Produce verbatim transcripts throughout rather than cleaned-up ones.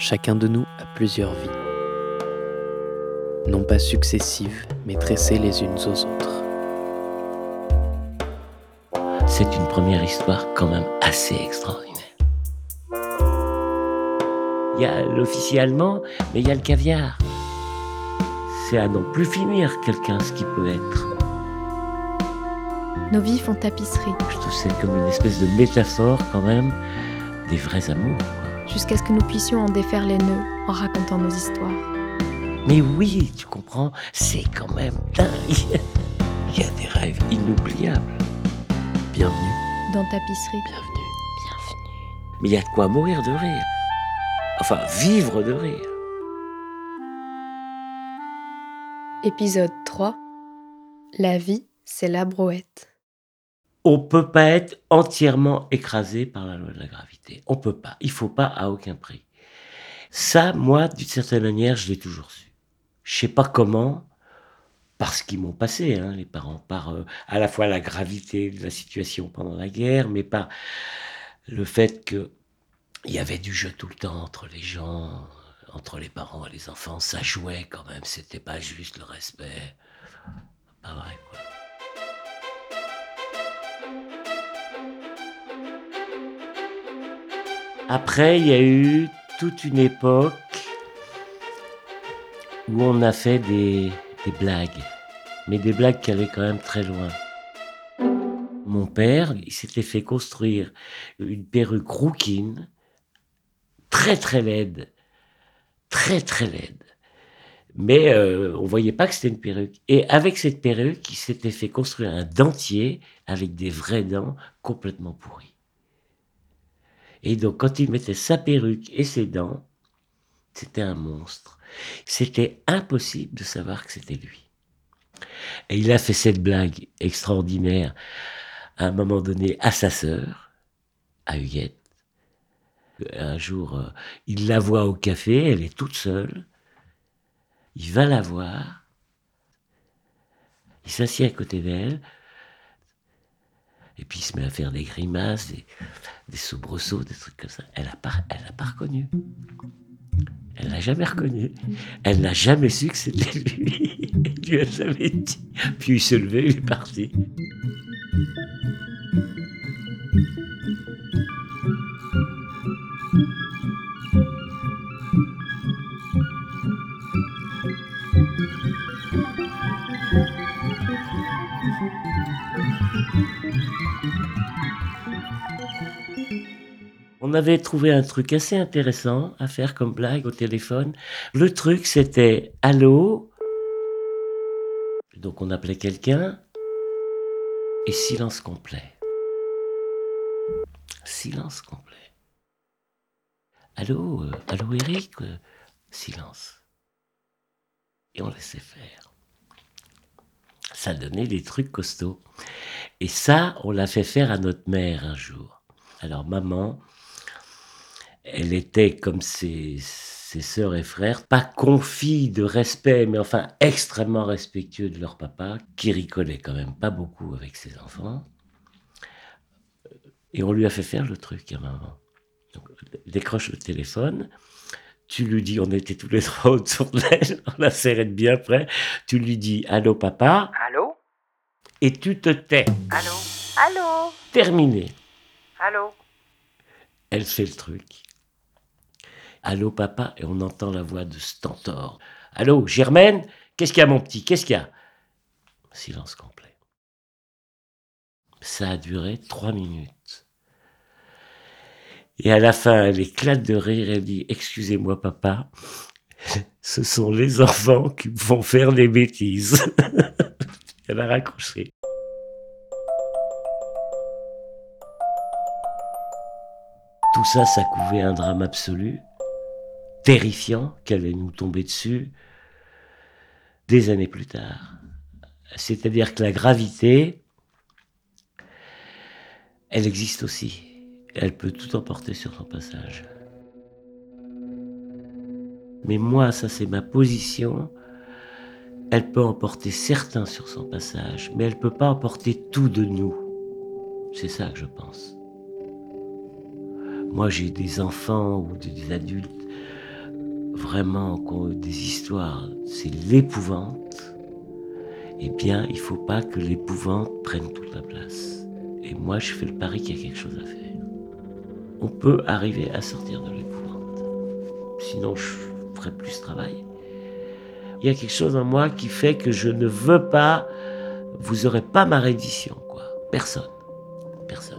Chacun de nous a plusieurs vies, non pas successives, mais tressées les unes aux autres. C'est une première histoire quand même assez extraordinaire. Il y a l'officier allemand, mais il y a le caviar. C'est à non plus finir quelqu'un ce qui peut être. Nos vies font tapisserie. Je trouve que c'est comme une espèce de métaphore quand même des vrais amours, quoi. Jusqu'à ce que nous puissions en défaire les nœuds en racontant nos histoires. Mais oui, tu comprends, c'est quand même dingue. Il y a des rêves inoubliables. Bienvenue. Dans Tapisserie. Bienvenue. Bienvenue. Mais il y a de quoi mourir de rire. Enfin, vivre de rire. Épisode trois. La vie, c'est la brouette. On peut pas être entièrement écrasé par la loi de la gravité. On peut pas. Il faut pas à aucun prix. Ça, moi, d'une certaine manière, je l'ai toujours su. Je sais pas comment, parce qu'ils m'ont passé, hein, les parents, par euh, à la fois la gravité de la situation pendant la guerre, mais par le fait que il y avait du jeu tout le temps entre les gens, entre les parents et les enfants. Ça jouait quand même. C'était pas juste le respect. Pas vrai, quoi. Après, il y a eu toute une époque où on a fait des, des blagues, mais des blagues qui allaient quand même très loin. Mon père, il s'était fait construire une perruque rouquine, très très laide, très très laide. Mais euh, on voyait pas que c'était une perruque. Et avec cette perruque, il s'était fait construire un dentier avec des vraies dents complètement pourries. Et donc, quand il mettait sa perruque et ses dents, c'était un monstre. C'était impossible de savoir que c'était lui. Et il a fait cette blague extraordinaire à un moment donné à sa sœur, à Huguette. Un jour, euh, il la voit au café, elle est toute seule. Il va la voir. Il s'assied à côté d'elle. Et puis il se met à faire des grimaces, des, des soubresauts, des trucs comme ça. Elle n'a pas, elle a pas reconnu. Elle l'a jamais reconnu. Elle n'a jamais su que c'était lui. Elle lui a jamais dit. Puis il se levait, il est parti. On avait trouvé un truc assez intéressant à faire comme blague au téléphone. Le truc, c'était « Allô ?» Donc on appelait quelqu'un et silence complet. Silence complet. « Allô, euh, allô Eric ?» Silence. Et on laissait faire. Ça donnait des trucs costauds. Et ça, on l'a fait faire à notre mère un jour. Alors maman, elle était comme ses, ses sœurs et frères, pas confis de respect, mais enfin extrêmement respectueux de leur papa, qui rigolait quand même pas beaucoup avec ses enfants. Et on lui a fait faire le truc à maman. Donc, décroche le téléphone, tu lui dis, on était tous les trois autour d'elle, on la serrait de bien près, tu lui dis « Allô papa ?» Allô? Et tu te tais. Allô? Allô? Terminé. Allô? Elle fait le truc. Allô papa, et on entend la voix de Stentor. Allô, Germaine? Qu'est-ce qu'il y a mon petit? Qu'est-ce qu'il y a? Silence complet. Ça a duré trois minutes. Et à la fin, elle éclate de rire, elle dit « Excusez-moi papa, ce sont les enfants qui me font faire des bêtises. » Elle a raccroché. Tout ça, ça couvait un drame absolu, terrifiant, qui allait nous tomber dessus des années plus tard. C'est-à-dire que la gravité, elle existe aussi. Elle peut tout emporter sur son passage. Mais moi, ça c'est ma position, elle peut emporter certains sur son passage, mais elle ne peut pas emporter tout de nous. C'est ça que je pense. Moi, j'ai des enfants ou des adultes vraiment qu'on- des histoires, c'est l'épouvante, eh bien, il ne faut pas que l'épouvante prenne toute la place. Et moi, je fais le pari qu'il y a quelque chose à faire. On peut arriver à sortir de l'épouvante. Sinon, je ne ferai plus ce travail. Il y a quelque chose en moi qui fait que je ne veux pas... Vous n'aurez pas ma reddition, quoi. Personne. Personne.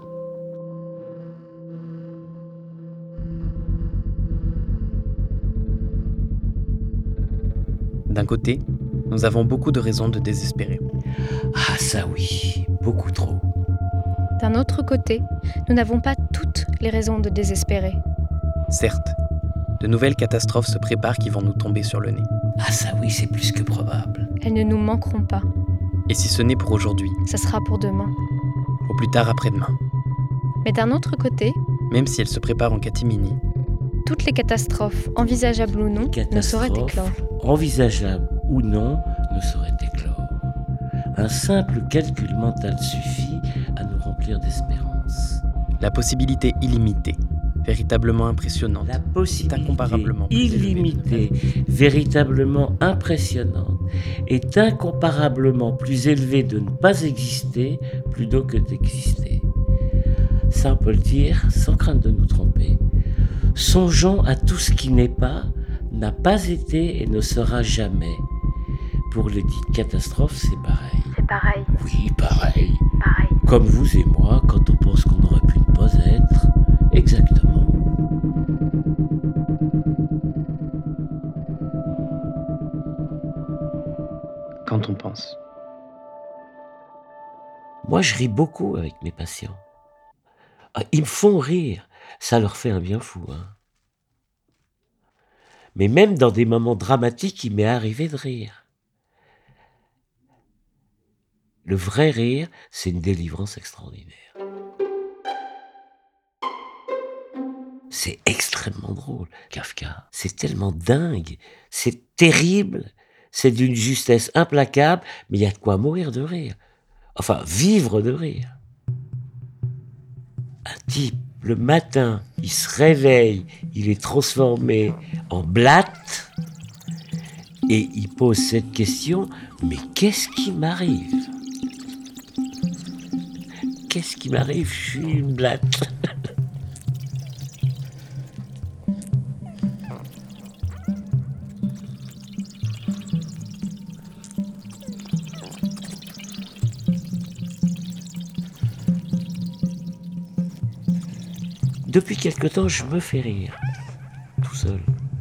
D'un côté, nous avons beaucoup de raisons de désespérer. Ah ça oui, beaucoup trop. D'un autre côté, nous n'avons pas toutes les raisons de désespérer. Certes, de nouvelles catastrophes se préparent qui vont nous tomber sur le nez. Ah ça oui, c'est plus que probable. Elles ne nous manqueront pas. Et si ce n'est pour aujourd'hui, Ça sera pour demain. au plus tard après-demain, Mais d'un autre côté, même si elles se préparent en catimini, toutes les catastrophes, envisageables ou non, ne sauraient éclore. Envisageable ou non, ne saurait éclore. Un simple calcul mental suffit à nous remplir d'espérance. la possibilité illimitée, véritablement impressionnante, La possibilité incomparablement plus élevée de illimitée, véritablement impressionnante, est incomparablement plus élevée de ne pas exister plutôt que d'exister. Ça, on peut le dire sans crainte de nous tromper. Songeons à tout ce qui n'est pas, n'a pas été et ne sera jamais. Pour les dites catastrophes, c'est pareil. C'est pareil, Oui, pareil. pareil. Comme vous et moi, quand on pense qu'on aurait pu ne pas être, exactement. quand on pense. Moi, je ris beaucoup avec mes patients. Ah, ils me font rire. Ça leur fait un bien fou, hein. Mais même dans des moments dramatiques, il m'est arrivé de rire. Le vrai rire, c'est une délivrance extraordinaire. C'est extrêmement drôle, Kafka. C'est tellement dingue, c'est terrible, c'est d'une justesse implacable, mais il y a de quoi mourir de rire. Enfin, vivre de rire. Un type, le matin, il se réveille, il est transformé en blatte, et il pose cette question, mais qu'est-ce qui m'arrive ? Qu'est-ce qui m'arrive ? Je suis une blatte. Depuis quelque temps, je me fais rire, tout seul.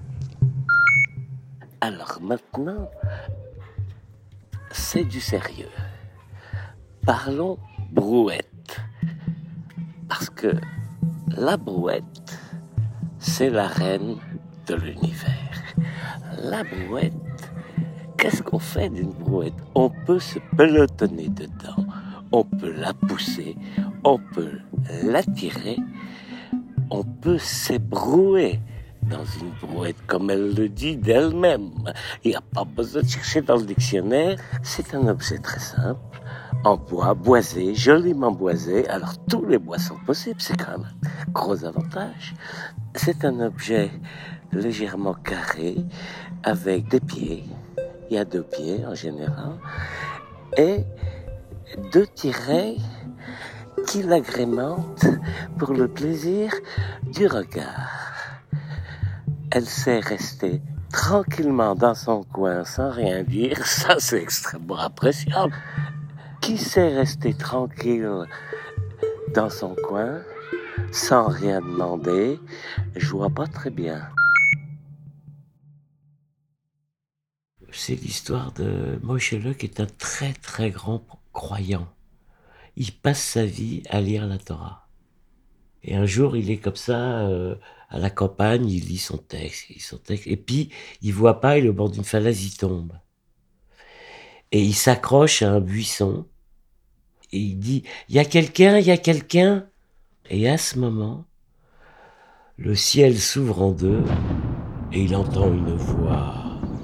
Alors maintenant, c'est du sérieux. Parlons brouette. Parce que la brouette, c'est la reine de l'univers. La brouette, qu'est-ce qu'on fait d'une brouette ? On peut se pelotonner dedans, on peut la pousser, on peut l'attirer, on peut s'ébrouer dans une brouette, comme elle le dit d'elle-même. Il n'y a pas besoin de chercher dans le dictionnaire. C'est un objet très simple, en bois, boisé, joliment boisé. Alors tous les bois sont possibles, c'est quand même un gros avantage. C'est un objet légèrement carré, avec des pieds. Il y a deux pieds en général. Et deux tirets qui l'agrémentent pour le plaisir du regard. Elle sait rester tranquillement dans son coin sans rien dire, ça c'est extrêmement appréciable. Qui sait rester tranquille dans son coin sans rien demander, je vois pas très bien. C'est l'histoire de Moshe Luck, qui est un très très grand croyant. Il passe sa vie à lire la Torah. Et un jour, il est comme ça, euh, à la campagne, il lit son texte, il lit son texte, et puis il voit pas, il est au bord d'une falaise, il tombe. Et il s'accroche à un buisson, et il dit « Il y a quelqu'un, il y a quelqu'un !» Et à ce moment, le ciel s'ouvre en deux, et il entend une voix.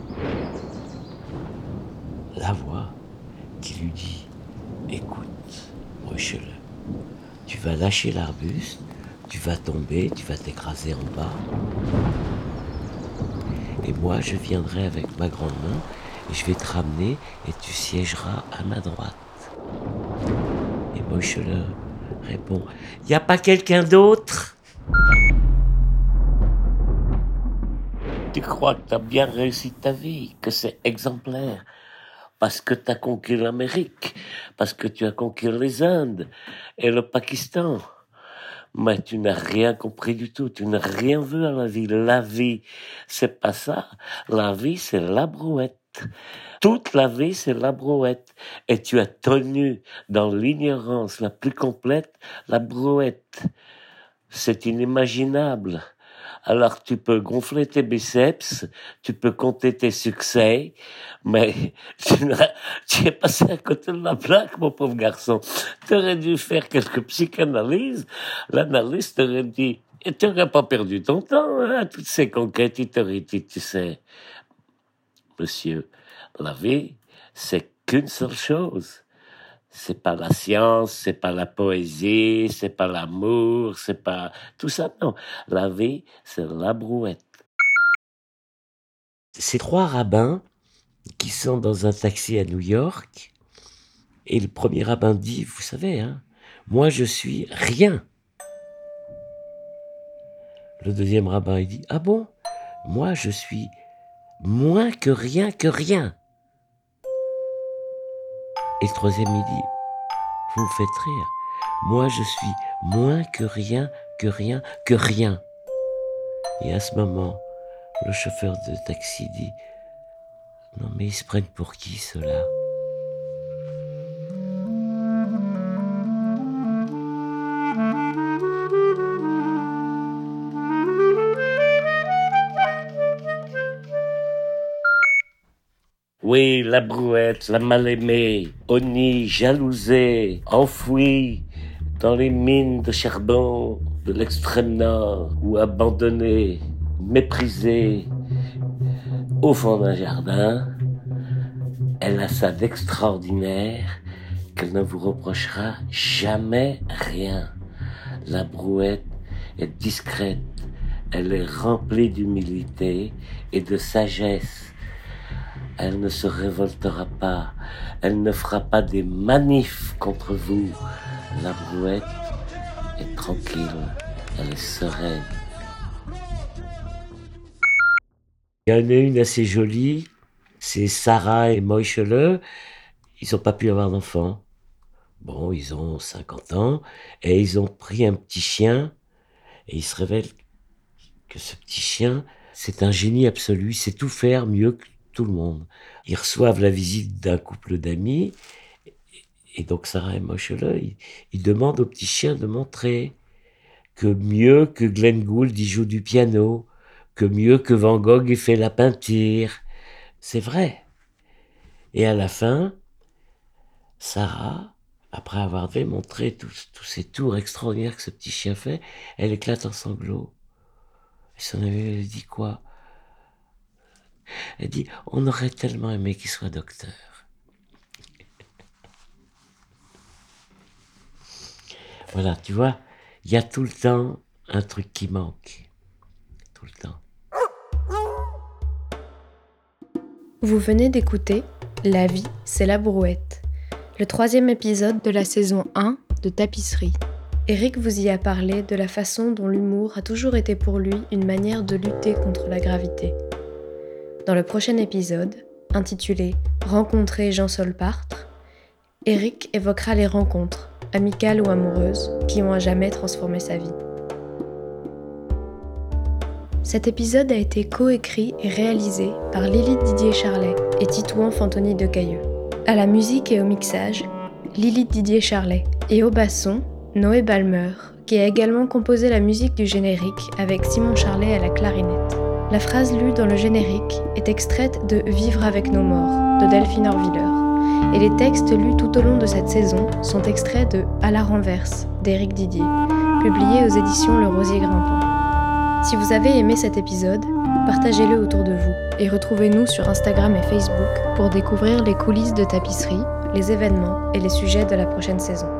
La voix qui lui dit « Écoute, Moshe, tu vas lâcher l'arbuste, tu vas tomber, tu vas t'écraser en bas. Et moi, je viendrai avec ma grande main et je vais te ramener et tu siégeras à ma droite. Et Moïse répond, « Y a pas quelqu'un d'autre ?» Tu crois que tu as bien réussi ta vie, que c'est exemplaire, parce que tu as conquis l'Amérique, parce que tu as conquis les Indes et le Pakistan. Mais tu n'as rien compris du tout, tu n'as rien vu à la vie. La vie, c'est pas ça. La vie, c'est la brouette. Toute la vie, c'est la brouette. Et tu as tenu dans l'ignorance la plus complète la brouette. C'est inimaginable. Alors tu peux gonfler tes biceps, tu peux compter tes succès, mais tu, tu es passé à côté de la plaque, mon pauvre garçon. Tu aurais dû faire quelques psychanalyses. L'analyste t'aurait dit, et tu n'aurais pas perdu ton temps, hein, toutes ces conquêtes, il t'aurait dit, tu sais, monsieur, la vie, c'est qu'une seule chose. C'est pas la science, c'est pas la poésie, c'est pas l'amour, c'est pas tout ça, non. La vie, c'est la brouette. Ces trois rabbins qui sont dans un taxi à New York, et le premier rabbin dit, vous savez, hein, moi je suis rien. Le deuxième rabbin, il dit, ah bon, moi je suis moins que rien que rien. Et le troisième, il dit, vous me faites rire. Moi, je suis moins que rien, que rien, que rien. Et à ce moment, le chauffeur de taxi dit, non mais ils se prennent pour qui, ceux-là ? Oui, la brouette, la mal-aimée, honnie, jalousée, enfouie dans les mines de charbon de l'extrême nord, ou abandonnée, méprisée, au fond d'un jardin, elle a ça d'extraordinaire qu'elle ne vous reprochera jamais rien. La brouette est discrète, elle est remplie d'humilité et de sagesse. Elle ne se révoltera pas, elle ne fera pas des manifs contre vous. La brouette est tranquille, elle est sereine. Il y en a une assez jolie, c'est Sarah et Moïse. Ils n'ont pas pu avoir d'enfant. Bon, ils ont cinquante ans et ils ont pris un petit chien et il se révèle que ce petit chien, c'est un génie absolu, il sait tout faire mieux que tout le monde. Ils reçoivent la visite d'un couple d'amis, et donc Sarah et Moïse, ils, ils demandent au petit chien de montrer que mieux que Glenn Gould, il joue du piano, que mieux que Van Gogh, il fait la peinture. C'est vrai. Et à la fin, Sarah, après avoir démontré tous, tous ces tours extraordinaires que ce petit chien fait, elle éclate en sanglots. Et son ami lui dit quoi ? Elle dit, on aurait tellement aimé qu'il soit docteur. Voilà, tu vois, il y a tout le temps un truc qui manque. Tout le temps. Vous venez d'écouter La vie, c'est la brouette, le troisième épisode de la saison un de Tapisserie. Éric vous y a parlé de la façon dont l'humour a toujours été pour lui une manière de lutter contre la gravité. Dans le prochain épisode, intitulé « Rencontrer Jean Solpartre », Éric évoquera les rencontres, amicales ou amoureuses, qui ont à jamais transformé sa vie. Cet épisode a été coécrit et réalisé par Lilith Didier-Charlet et Titouan Fantoni de Cailleux. À la musique et au mixage, Lilith Didier-Charlet, et au basson, Noé Balmer, qui a également composé la musique du générique avec Simon Charlet à la clarinette. La phrase lue dans le générique est extraite de « Vivre avec nos morts » de Delphine Orviller, et les textes lus tout au long de cette saison sont extraits de « À la renverse » d'Éric Didier, publié aux éditions Le Rosier Grimpant. Si vous avez aimé cet épisode, partagez-le autour de vous et retrouvez-nous sur Instagram et Facebook pour découvrir les coulisses de Tapisserie, les événements et les sujets de la prochaine saison.